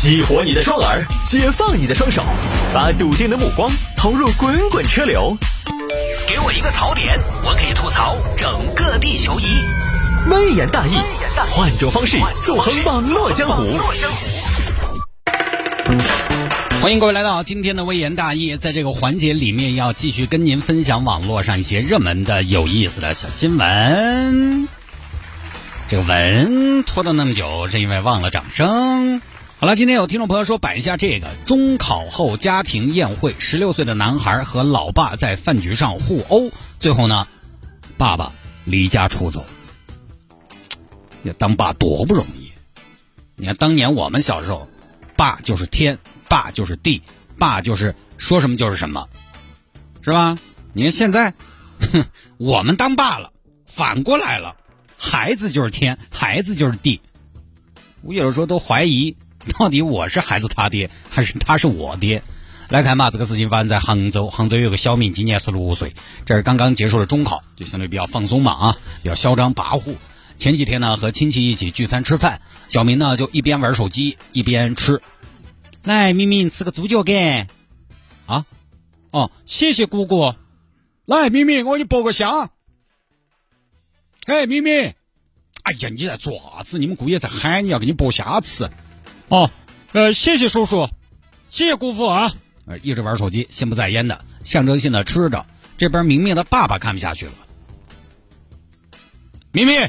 激活你的双耳，解放你的双手，把笃定的目光投入滚滚车流。给我一个槽点，我可以吐槽整个地球仪。微言大义，换种方式纵横网络江湖。 欢迎各位来到今天的微言大义，在这个环节里面要继续跟您分享网络上一些热门的有意思的小新闻。这个文拖了那么久是因为忘了掌声。好了，今天有听众朋友说摆一下这个中考后家庭宴会，16岁的男孩和老爸在饭局上互殴，最后呢爸爸离家出走。当爸多不容易。你看当年我们小时候，爸就是天，爸就是地，爸就是说什么就是什么，是吧？你看现在我们当爸了，反过来了，孩子就是天，孩子就是地。我有的时候都怀疑到底我是孩子他爹还是他是我爹。来看吧，这个事情发生在杭州有个小明今年15岁，这是刚刚结束了中考，就相对比较放松嘛比较嚣张跋扈。前几天呢和亲戚一起聚餐吃饭，小明呢就一边玩手机一边吃。来明明吃个猪脚干啊，哦谢谢姑姑。来明明我给你剥个虾。哎明明，哎呀你在做啥子？你们姑爷在喊你要给你剥虾吃。 哦谢谢叔叔，谢谢姑父啊。 一直玩手机心不在焉的，象征性的吃着。这边明明的爸爸看不下去了。明明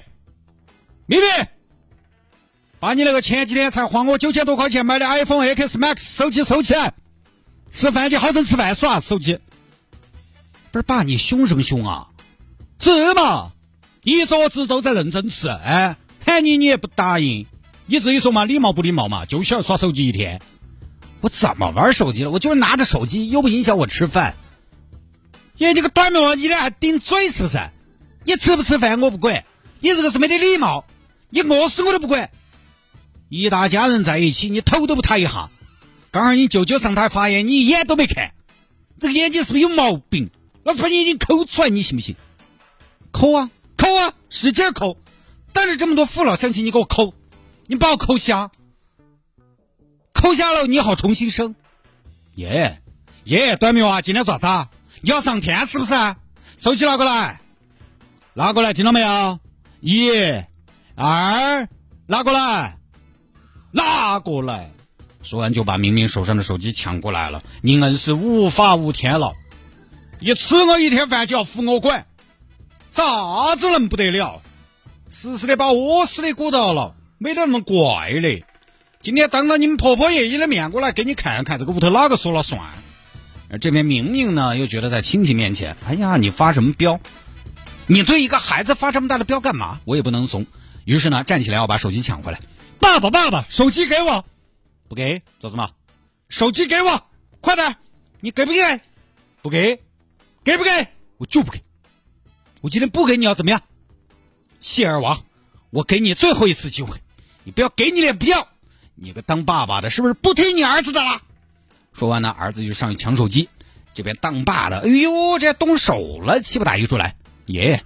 把你那个前几天才花我9000多块钱买的 iPhone X Max 手机收起来，吃饭就好生吃饭，耍手机。不是爸，你凶什么凶啊？吃嘛，一桌子都在认真吃，哎，喊你也不答应，你自己说嘛，礼貌不礼貌嘛，就喜欢耍手机一天。我怎么玩手机了？我就是拿着手机，又不影响我吃饭。因为这个短毛你俩还顶嘴是不是？你吃不吃饭我不管，你这个是没得礼貌，你饿死我都不管。一大家人在一起，你头都不抬一下。刚刚你舅舅上台发言，你一眼都没看，这个眼睛是不是有毛病？我把你眼睛抠出来，你信不信？抠啊，使劲抠！但是这么多父老乡亲，你给我抠，你把我抠瞎，抠瞎了你好重新生。耶，短命啊，今天做啥子啊？你要上天是不是？手机拿过来，听到没有？1、2，拿过来。说完就把明明手上的手机抢过来了。你硬是无法无天了，一吃我一天饭就要扶我管，啥子能不得了？实时的把我死的鼓捣了，没得那么怪嘞。今天当着你们婆婆爷爷的面过来给你看看，这个屋头哪个说了算？而这边明明呢又觉得在亲戚面前，哎呀你发什么飙？你对一个孩子发这么大的飙干嘛？我也不能怂，于是呢站起来要把手机抢回来。爸爸，手机给我！不给，做什么？手机给我，快点！你给不给？不给，给不给？我就不给。我今天不给你要怎么样？谢儿王，我给你最后一次机会，你不要给你脸不要！你个当爸爸的是不是不听你儿子的了？说完呢，儿子就上去抢手机。这边当爸的，哎呦，这动手了，气不打一处来。耶，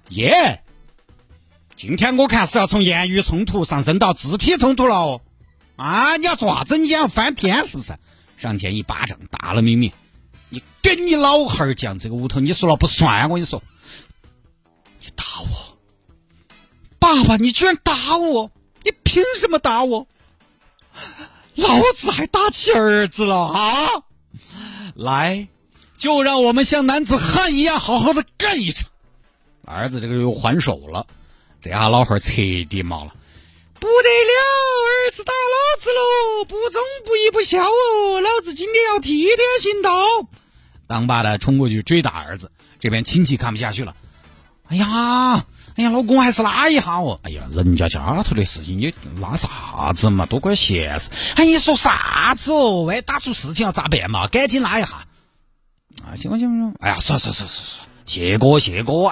今天我看是要从言语冲突上升到肢体冲突了哦。啊，你要做啥子？你想要翻天是不是？上前一巴掌打了明明。你跟你老汉儿讲，这个屋头你说了不算，我跟你说。你打我，爸爸，你居然打我！你凭什么打我？老子还打起儿子了啊！来，就让我们像男子汉一样好好的干一场。儿子这个又还手了，这下老汉彻底冒了，不得了，儿子打老子喽，不忠不义不孝哦，老子今天要替天行道。当爸的冲过去追打儿子，这边亲戚看不下去了，哎呀，老公还是拉一下哦。哎呀，人家家头的事情你拉啥子嘛，多管闲事。哎，你说啥子哦？万一打出事情要咋办嘛？赶紧拉一下。啊，行。哎呀，算，谢哥。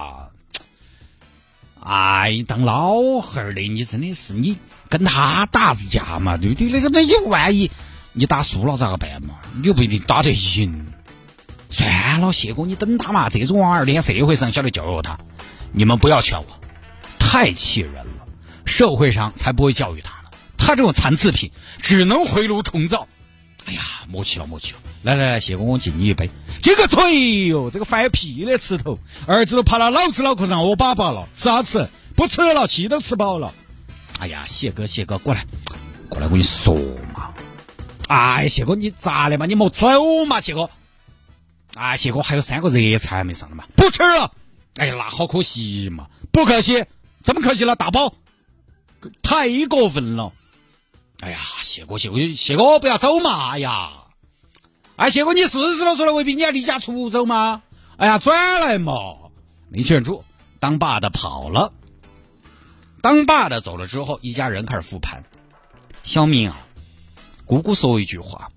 哎，当老汉儿的你真的是，你跟他打子架嘛，对不对？那你万一你打输了咋个办嘛？你又不一定打得赢。算了，谢哥，你等他嘛，这种娃儿连社会上晓得教育他。你们不要劝我，太气人了，社会上才不会教育他呢。 他这种残次品只能回炉重造。哎呀，莫气了，来，谢哥，我敬你一杯。敬个腿哟，这个放屁的吃头，儿子都爬到老子脑壳上我粑粑了，吃啥吃？不吃了，气都吃饱了。哎呀，谢哥，过来，我跟你说嘛。哎，谢哥，你咋的嘛？你莫走嘛，谢哥。啊，谢哥还有3个热菜还没上的嘛？不吃了。哎呀，那好可惜嘛。不可惜，怎么可惜了？大包，太过分了。哎呀，谢哥，不要走嘛！哎呀，谢哥，你40多岁了，未必你要离家出走吗？哎呀，转来嘛！没劝住，当爸的跑了。当爸的走了之后，一家人开始复盘。小明啊，姑姑说一句话，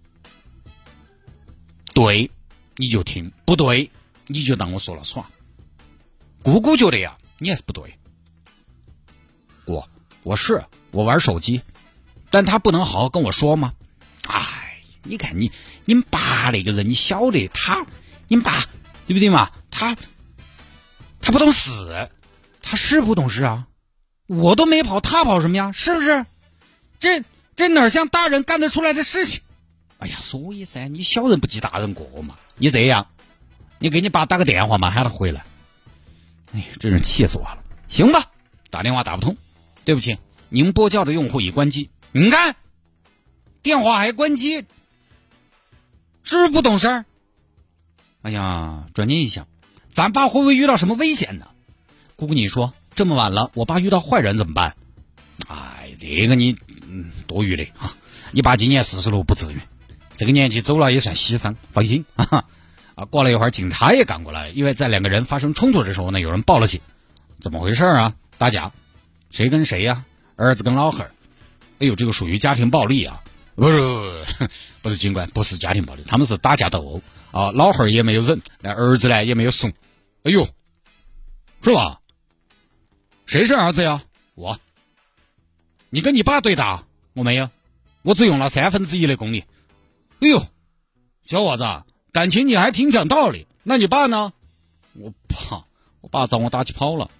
对你就听，不对你就当我说了耍。姑姑觉得呀，你也是不对。我玩手机。但他不能好好跟我说吗？哎，你看你们爸那个人，你晓得你们爸对不对嘛？他不懂事，他是不懂事啊。我都没跑，他跑什么呀？是不是？这哪像大人干得出来的事情？哎呀，所以噻，你小人不计大人过嘛。你这样，你给你爸打个电话嘛，喊他回来。哎呀，真是气死我了。行吧，打电话打不通，对不起，您拨叫的用户已关机。你看，电话还关机，是不是不懂事儿？哎呀，转念一想，咱爸会不会遇到什么危险呢？姑姑，你说这么晚了，我爸遇到坏人怎么办？哎，这个你多余的啊！你爸今年40了不至于，这个年纪走了也算稀桑，放心啊！过了一会儿，警察也赶过来，因为在2个人发生冲突的时候呢，有人报了警。怎么回事啊？打架？谁跟谁呀？儿子跟老汉儿。哎呦，这个属于家庭暴力啊！不是警官，不是家庭暴力，他们是打架斗殴啊！老汉儿也没有忍，那儿子呢也没有怂。哎呦，是吧？谁是儿子呀？我。你跟你爸对打？我没有，我只用了1/3的功力。哎呦，小伙子，感情你还挺讲道理。那你爸呢？我爸找我打起跑了。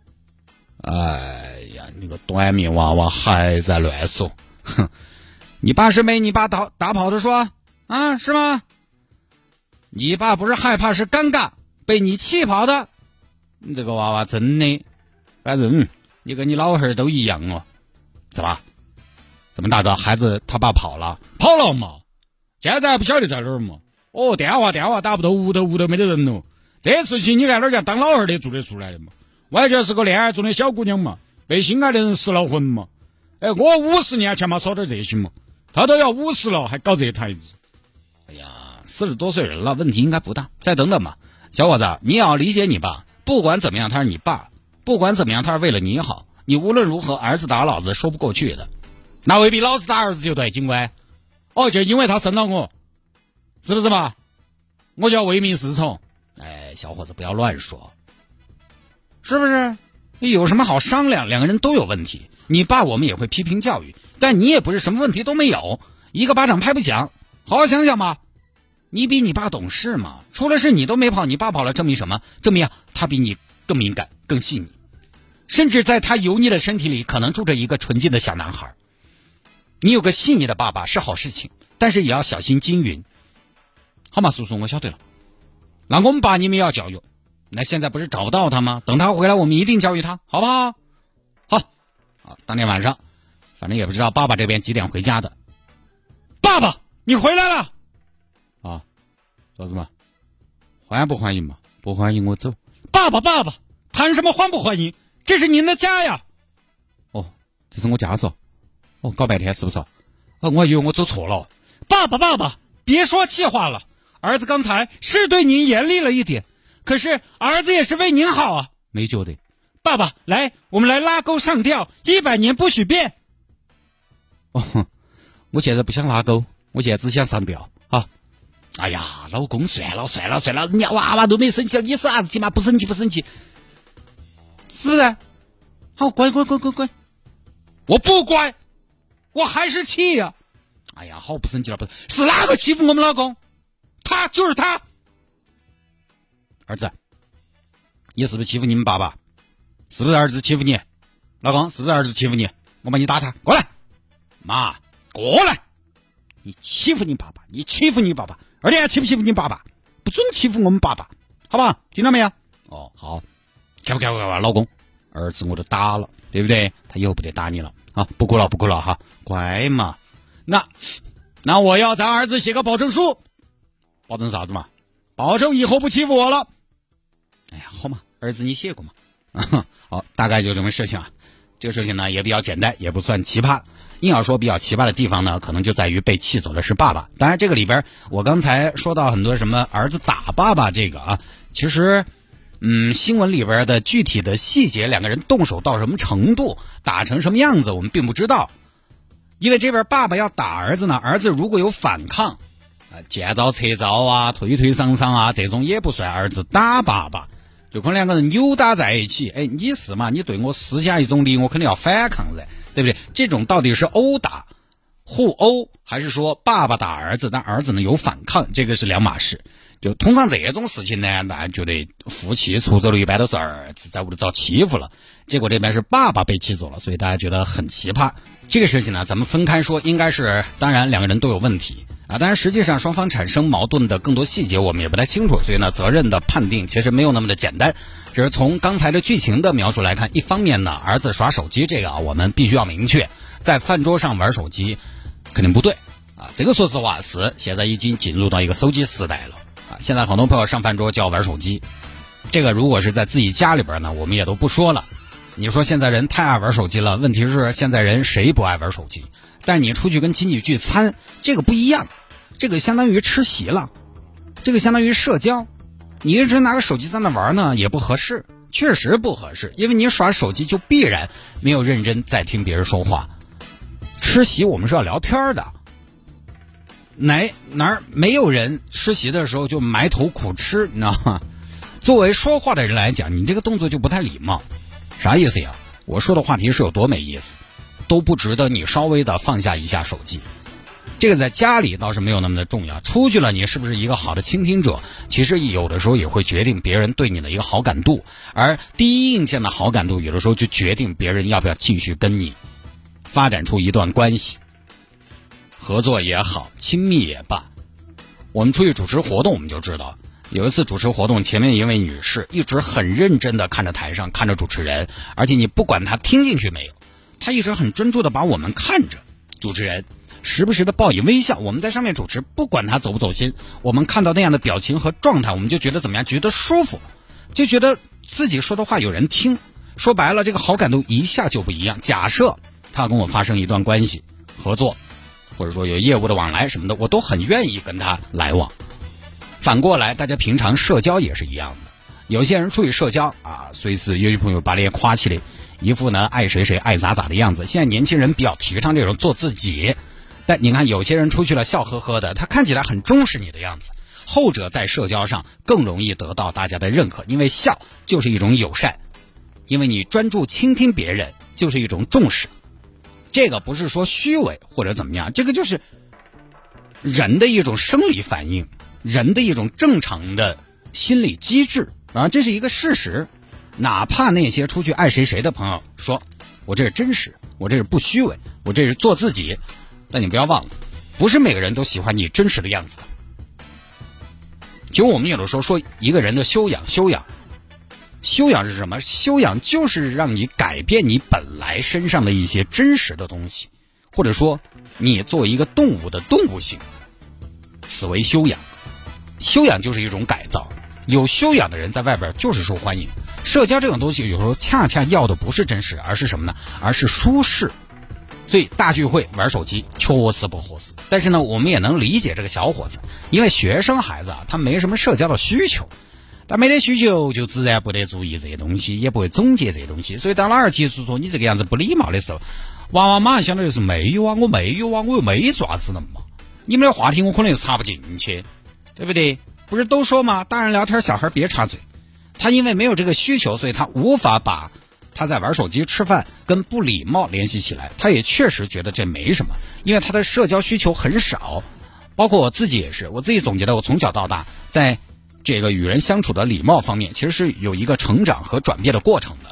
哎呀，那个短命娃娃还在乱说。哼，你爸是没你爸打跑的说啊？是吗？你爸不是害怕，是尴尬，被你气跑的。你这个娃娃真的，反正你跟你老汉儿都一样哦。怎么大哥，孩子他爸跑了嘛？现在还不晓得在哪儿嘛？哦，电话打不到，屋头没得人了。这事情你看人家当老汉儿的做得出来的嘛？完全是个恋爱中的小姑娘嘛，被心爱的人失了魂嘛。哎，我50年前嘛说点这些嘛，他都要50了还搞这台子。哎呀，40多岁人了，问题应该不大。再等等嘛，小伙子，你也要理解你爸，不管怎么样他是你爸，不管怎么样他是为了你好，你无论如何儿子打老子说不过去的。那未必老子打儿子就对，警官。哦，就因为他生了我，是不是嘛？我就要唯命是从。哎，小伙子不要乱说，是不是？有什么好商量？2个人都有问题，你爸我们也会批评教育，但你也不是什么问题都没有，一个巴掌拍不响。好好想想吧，你比你爸懂事嘛？出了事你都没跑，你爸跑了，证明什么？证明他比你更敏感更细腻，甚至在他油腻的身体里可能住着一个纯净的小男孩。你有个细腻的爸爸是好事情，但是也要小心经营。好嘛，叔叔，我晓得了。那我们爸你们也要教育。那现在不是找不到他吗？等他回来我们一定教育他，好不好？好。当天晚上反正也不知道爸爸这边几点回家的。爸爸你回来了啊？嫂子们欢不欢迎嘛？不欢迎我走。爸爸谈什么欢不欢迎？这是您的家呀。哦，这是我家是哦，搞半天是不是？我还以为我走错了。爸爸别说气话了，儿子刚才是对您严厉了一点，可是儿子也是为您好啊。没觉得。爸爸来，我们来拉钩上吊，100年不许变。哦，我现在不想拉钩，我现在只想上吊啊。哎呀，老公算了，人家娃娃都没生气了，你生啥子气嘛？不生气，是不是？好，乖，我不乖，我还是气呀。哎呀，好不生气了，是哪个欺负我们老公？他就是他。儿子，你是不是欺负你们爸爸？是不是儿子欺负你？老公，是不是儿子欺负你？我把你打他，过来。 妈，过来，你欺负你爸爸，你欺负你爸爸，而且还欺负你爸爸，不准欺负我们爸爸，好不好？听到没有？哦，好，开不，老公，儿子我都打了，对不对？他以后不得打你了啊！不哭了哈，乖嘛。那我要咱儿子写个保证书，保证啥子嘛？保证以后不欺负我了。哎呀，好嘛，儿子你写过嘛？好，大概就这么事情啊。这个事情呢也比较简单，也不算奇葩。硬要说比较奇葩的地方呢，可能就在于被气走的是爸爸。当然，这个里边我刚才说到很多什么儿子打爸爸这个啊，其实，新闻里边的具体的细节，两个人动手到什么程度，打成什么样子，我们并不知道。因为这边爸爸要打儿子呢，儿子如果有反抗，见招拆招啊，推推搡搡啊，这种也不算儿子打爸爸。就可能两个人扭打在一起，你是嘛？你对我施加一种力，我肯定要反抗噻，对不对？这种到底是殴打、互殴，还是说爸爸打儿子，但儿子呢有反抗？这个是两码事。就通常这种事情呢，大家觉得负气出走了，一般都是儿子在屋里遭欺负了，结果这边是爸爸被气走了，所以大家觉得很奇葩。这个事情呢，咱们分开说，应该是当然两个人都有问题。当然实际上双方产生矛盾的更多细节我们也不太清楚，所以呢责任的判定其实没有那么的简单。只是从刚才的剧情的描述来看，一方面呢儿子耍手机这个我们必须要明确，在饭桌上玩手机肯定不对这个说实话是现在已经进入到一个手机时代了现在很多朋友上饭桌就要玩手机，这个如果是在自己家里边呢我们也都不说了。你说现在人太爱玩手机了，问题是现在人谁不爱玩手机？但你出去跟亲戚聚餐，这个不一样，这个相当于吃席了，这个相当于社交。你一直拿个手机在那玩呢，也不合适，确实不合适，因为你耍手机就必然没有认真在听别人说话。吃席我们是要聊天的，哪儿没有人吃席的时候就埋头苦吃，你知道吗？作为说话的人来讲，你这个动作就不太礼貌。啥意思呀？我说的话题是有多没意思，都不值得你稍微的放下一下手机。这个在家里倒是没有那么的重要，出去了你是不是一个好的倾听者，其实有的时候也会决定别人对你的一个好感度，而第一印象的好感度有的时候就决定别人要不要继续跟你发展出一段关系，合作也好，亲密也罢。我们出去主持活动我们就知道，有一次主持活动，前面一位女士一直很认真的看着台上，看着主持人，而且你不管她听进去没有，她一直很专注的把我们看着，主持人时不时的报以微笑。我们在上面主持，不管她走不走心，我们看到那样的表情和状态，我们就觉得怎么样？觉得舒服，就觉得自己说的话有人听。说白了，这个好感度一下就不一样。假设她跟我发生一段关系，合作，或者说有业务的往来什么的，我都很愿意跟她来往。反过来，大家平常社交也是一样的。有些人出去社交随时有些朋友把脸夸起来，一副呢爱谁谁爱咋咋的样子。现在年轻人比较提倡这种做自己，但你看有些人出去了笑呵呵的，他看起来很重视你的样子。后者在社交上更容易得到大家的认可，因为笑就是一种友善，因为你专注倾听别人就是一种重视。这个不是说虚伪或者怎么样，这个就是人的一种生理反应，人的一种正常的心理机制这是一个事实。哪怕那些出去爱谁谁的朋友说我这是真实，我这是不虚伪，我这是做自己，但你不要忘了，不是每个人都喜欢你真实的样子的。其实我们有的时候说一个人的修养是什么？修养就是让你改变你本来身上的一些真实的东西，或者说你作为一个动物的动物性，此为修养。修养就是一种改造，有修养的人在外边就是受欢迎。社交这种东西有时候恰恰要的不是真实，而是什么呢？而是舒适。所以大聚会玩手机确实不合适，但是呢我们也能理解这个小伙子，因为学生孩子他没什么社交的需求，他没得需求就自然不得注意这些东西，也不会总结这些东西。所以当老二提出说你这个样子不礼貌的时候，娃娃马上想到就是没有啊，我又没爪子了嘛，你们的话题我可能又插不进去，对不对？不是都说吗？大人聊天小孩别插嘴。他因为没有这个需求，所以他无法把他在玩手机吃饭跟不礼貌联系起来。他也确实觉得这没什么，因为他的社交需求很少。包括我自己也是，我自己总结的，我从小到大在这个与人相处的礼貌方面其实是有一个成长和转变的过程的。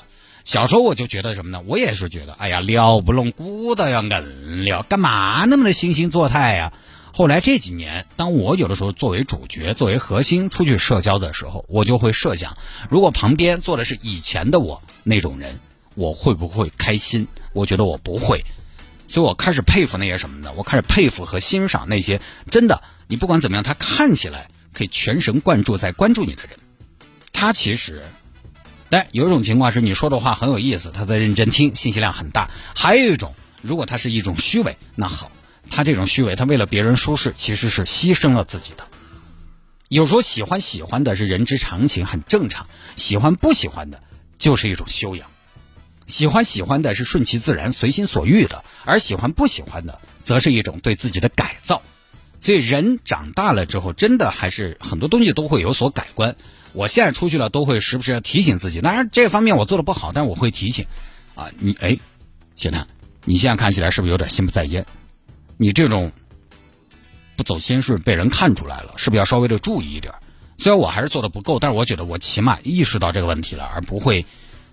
小时候我就觉得什么呢？我也是觉得，哎呀，撩不拢骨头要硬撩，干嘛那么的惺惺作态呀？后来这几年，当我有的时候作为主角、作为核心出去社交的时候，我就会设想，如果旁边坐的是以前的我那种人，我会不会开心？我觉得我不会。所以我开始佩服那些什么呢？我开始佩服和欣赏那些真的，你不管怎么样，他看起来可以全神贯注在关注你的人。他其实，但有一种情况是你说的话很有意思，他在认真听，信息量很大。还有一种，如果他是一种虚伪，那好，他这种虚伪，他为了别人舒适，其实是牺牲了自己的。有时候喜欢的是人之常情，很正常；喜欢不喜欢的，就是一种修养。喜欢的是顺其自然、随心所欲的，而喜欢不喜欢的，则是一种对自己的改造。所以人长大了之后，真的还是很多东西都会有所改观。我现在出去了，都会时不时提醒自己。当然，这方面我做的不好，但是我会提醒啊，谢探，你现在看起来是不是有点心不在焉？你这种不走心是被人看出来了，是不是要稍微的注意一点？虽然我还是做的不够，但是我觉得我起码意识到这个问题了，而不会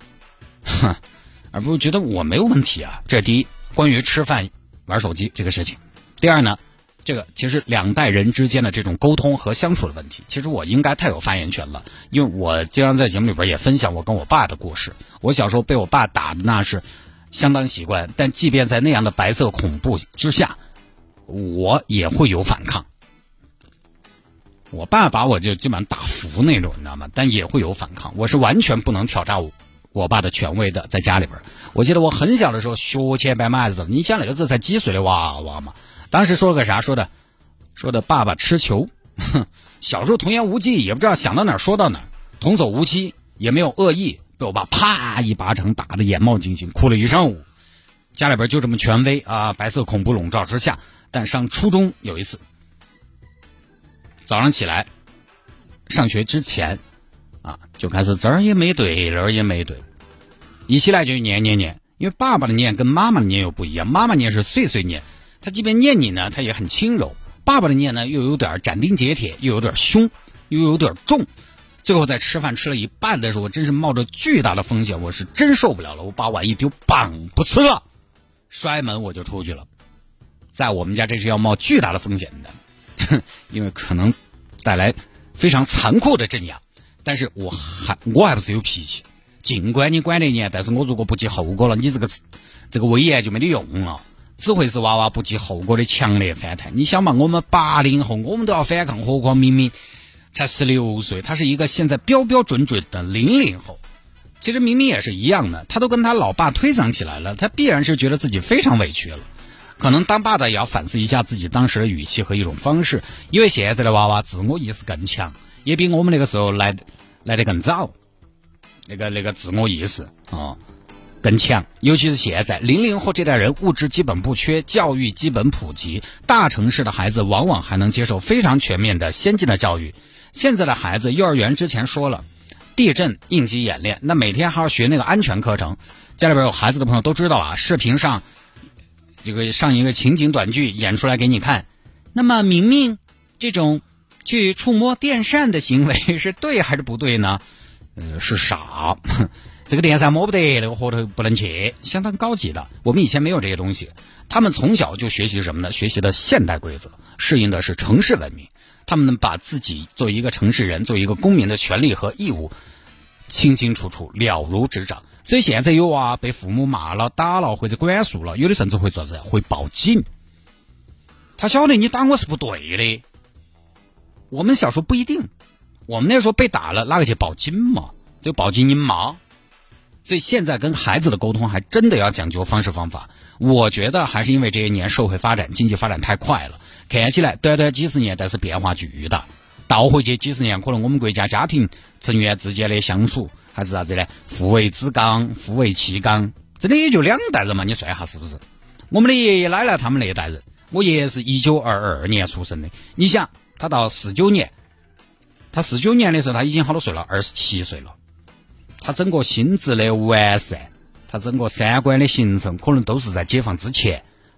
觉得我没有问题啊。这是第一，关于吃饭玩手机这个事情。第二呢，这个其实两代人之间的这种沟通和相处的问题，其实我应该太有发言权了，因为我经常在节目里边也分享我跟我爸的故事。我小时候被我爸打的那是相当习惯，但即便在那样的白色恐怖之下，我也会有反抗。我爸把我就基本上打服那种，你知道吗？但也会有反抗，我是完全不能挑战我爸的权威的，在家里边。我记得我很小的时候学前班嘛还是怎么，你想那个字才几岁的娃娃嘛，当时说了个啥？说的爸爸吃球。小时候童言无忌，也不知道想到哪儿说到哪儿，童叟无欺，也没有恶意，被我爸啪一巴掌打得眼冒金星，哭了一上午。家里边就这么权威啊，白色恐怖笼罩之下。但上初中有一次，早上起来上学之前啊，就开始这儿也没对，那儿也没对，一起来就念，因为爸爸的念跟妈妈的念又不一样，妈妈念是碎碎念，他即便念你呢，他也很轻柔；爸爸的念呢，又有点斩钉截铁，又有点凶，又有点重。最后在吃饭吃了一半的时候，我真是冒着巨大的风险，我是真受不了了，我把碗一丢，棒，不吃了，摔门我就出去了。在我们家这是要冒巨大的风险的，因为可能带来非常残酷的镇压。但是我还不是有脾气，尽管你管得严，但是我如果不计后果了，你这个威严就没得用了，只会是娃娃不计后果的强烈反弹。你想嘛，我们80后，我们都要反抗，何况明明才16岁，他是一个现在标标准准的00后。其实明明也是一样的，他都跟他老爸推搡起来了，他必然是觉得自己非常委屈了。可能当爸的也要反思一下自己当时的语气和一种方式，因为现在的娃娃自我意识更强，也比我们那个时候来得更早，那个自我意识更强。尤其是现在00后这代人，物质基本不缺，教育基本普及，大城市的孩子往往还能接受非常全面的先进的教育。现在的孩子幼儿园之前说了地震应急演练，那每天还要学那个安全课程。家里边有孩子的朋友都知道啊，视频上这个上一个情景短剧演出来给你看。那么明明这种去触摸电扇的行为是对还是不对呢？是傻。这个电扇摸不得，那个火头不能去，相当高级的。我们以前没有这些东西，他们从小就学习什么呢？学习的现代规则，适应的是城市文明。他们能把自己作为一个城市人，作为一个公民的权利和义务清清楚楚了如指掌。所以现在有啊，被父母骂了打了或者管束了，有的甚至会做啥子，会报警。他晓得你打我是不对的。我们小时候不一定，我们那时候被打了哪个去报警嘛，就报警你妈。所以现在跟孩子的沟通还真的要讲究方式方法。我觉得还是因为这些年社会发展经济发展太快了，看起来短短几十年但是变化巨大，倒回去几十年可能我们国家家庭成员之间的相处还是啥子呢？父为子纲，父为妻纲，真的也就2代人嘛，你算一下是不是？我们的爷爷奶奶他们那一代人，我爷爷是1922年出生的，你想他到49年，他49年的时候他已经好多岁了，27岁了。他整个心智的完善，他整个三观的形成，可能都是在解放之前。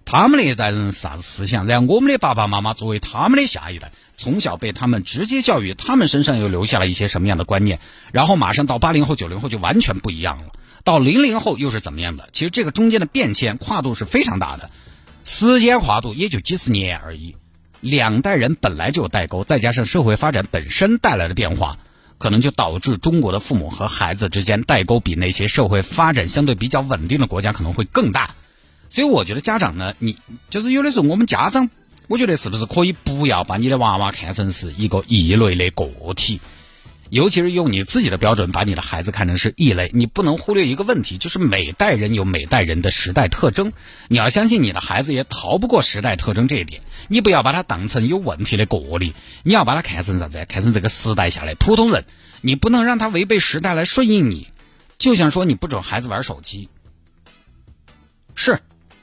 他们那一代人是啥子思想，然后我们的爸爸妈妈作为他们的下一代，从小被他们直接教育，他们身上又留下了一些什么样的观念，然后马上到80后90后就完全不一样了，到00后又是怎么样的，其实这个中间的变迁跨度是非常大的，时间跨度也就几十年而已，两代人本来就有代沟，再加上社会发展本身带来的变化，可能就导致中国的父母和孩子之间代沟比那些社会发展相对比较稳定的国家可能会更大。所以我觉得家长呢，你就是有的时候我们家长，我觉得是不是可以不要把你的娃娃看成是一个异类的个体，尤其是用你自己的标准把你的孩子看成是异类，你不能忽略一个问题，就是每代人有每代人的时代特征，你要相信你的孩子也逃不过时代特征这一点，你不要把他当成有问题的个例，你要把他看成啥子？看成这个时代下来普通人，你不能让他违背时代来顺应你。就像说你不准孩子玩手机，是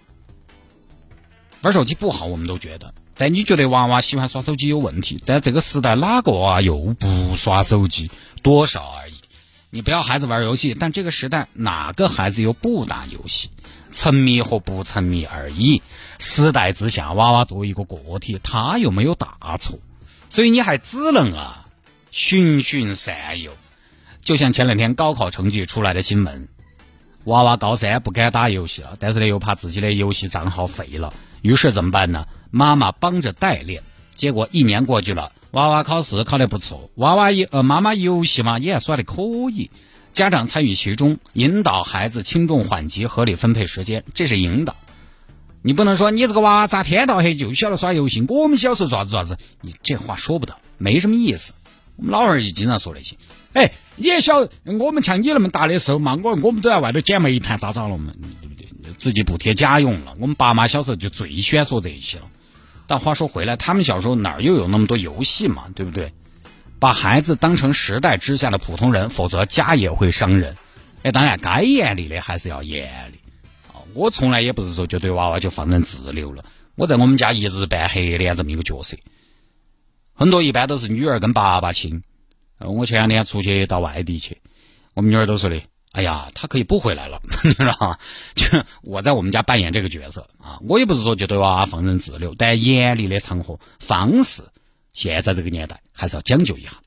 玩手机不好，我们都觉得，但你觉得娃娃喜欢刷手机有问题，但这个时代哪个啊又不刷手机，多少而已。你不要孩子玩游戏，但这个时代哪个孩子又不打游戏？沉迷和不沉迷而已。时代之下，娃娃作为一个个体，他又没有大错，所以你还只能循循善诱。就像前两天高考成绩出来的新闻，娃娃高3不敢打游戏了，但是呢又怕自己的游戏账号废了，于是怎么办呢？妈妈帮着代练，结果1年过去了，娃娃考试考得不错，妈妈游戏嘛也还耍得可以，家长参与其中，引导孩子轻重缓急，合理分配时间，这是引导。你不能说你这个娃咋天到黑就晓得耍游戏，我们小时候爪子，你这话说不得，没什么意思。我们老二就经常说那些，你也晓我们像你那么大的时候嘛，我们都在外头捡煤炭咋着了嘛，自己补贴家用了。我们爸妈小时候就最喜欢说这些了。但话说回来，他们小时候哪又有那么多游戏嘛，对不对？把孩子当成时代之下的普通人，否则家也会伤人。当然该严厉的还是要严厉。我从来也不是说就对娃娃就放任自流了，我在我们家一日半黑的这么一个角色。很多一般都是女儿跟爸爸亲。我前两天出去到外地去，我们女儿都说的，哎呀，她可以不回来了，你知道吗？就我在我们家扮演这个角色我也不是说就对娃娃放任自流，但严厉的场合方式，现在这个年代还是要讲究一下。